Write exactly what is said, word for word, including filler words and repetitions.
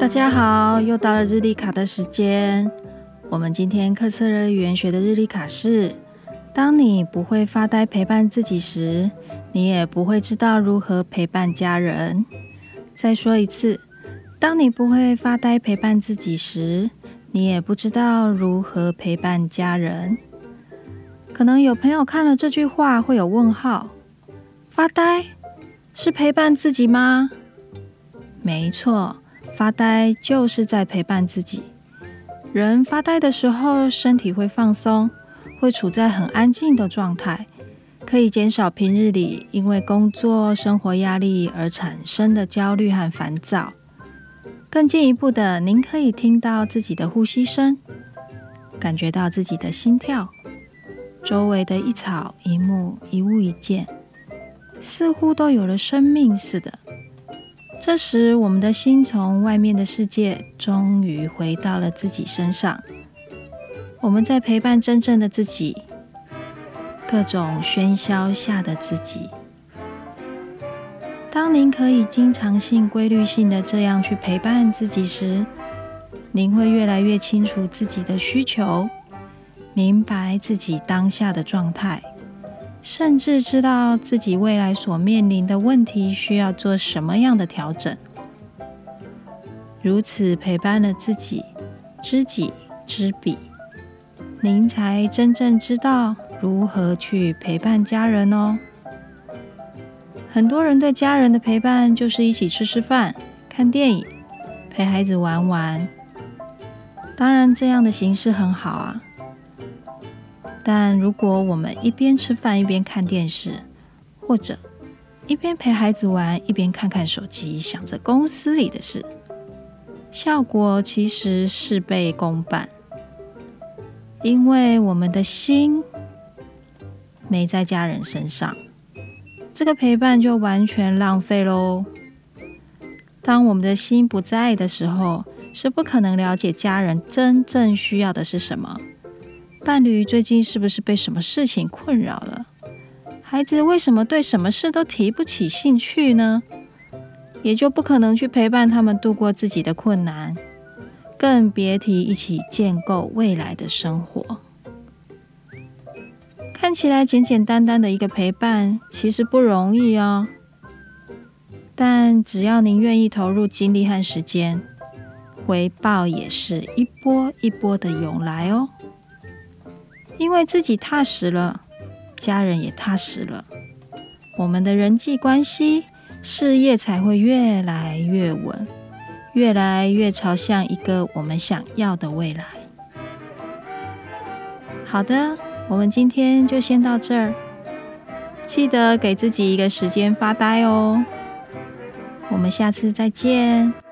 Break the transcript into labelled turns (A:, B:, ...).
A: 大家好，又到了日历卡的时间。我们今天克瑟勒语言学的日历卡是：当你不会发呆陪伴自己时，你也不会知道如何陪伴家人。再说一次，当你不会发呆陪伴自己时，你也不知道如何陪伴家人。可能有朋友看了这句话会有问号，发呆是陪伴自己吗？没错，发呆就是在陪伴自己。人发呆的时候，身体会放松，会处在很安静的状态，可以减少平日里因为工作、生活压力而产生的焦虑和烦躁。更进一步的，您可以听到自己的呼吸声，感觉到自己的心跳，周围的一草一木、一物一件，似乎都有了生命似的。这时，我们的心从外面的世界终于回到了自己身上。我们在陪伴真正的自己，各种喧嚣下的自己。当您可以经常性、规律性的这样去陪伴自己时，您会越来越清楚自己的需求，明白自己当下的状态，甚至知道自己未来所面临的问题需要做什么样的调整。如此陪伴了自己，知己知彼，您才真正知道如何去陪伴家人哦。很多人对家人的陪伴就是一起吃吃饭、看电影、陪孩子玩玩。当然，这样的形式很好啊。但如果我们一边吃饭一边看电视，或者一边陪孩子玩一边看看手机，想着公司里的事，效果其实事倍功半，因为我们的心没在家人身上，这个陪伴就完全浪费咯。当我们的心不在的时候，是不可能了解家人真正需要的是什么。伴侣最近是不是被什么事情困扰了？孩子为什么对什么事都提不起兴趣呢？也就不可能去陪伴他们度过自己的困难，更别提一起建构未来的生活。看起来简简单单的一个陪伴，其实不容易哦。但只要您愿意投入精力和时间，回报也是一波一波的涌来哦。因为自己踏实了，家人也踏实了，我们的人际关系、事业才会越来越稳，越来越朝向一个我们想要的未来。好的，我们今天就先到这儿，记得给自己一个时间发呆哦。我们下次再见。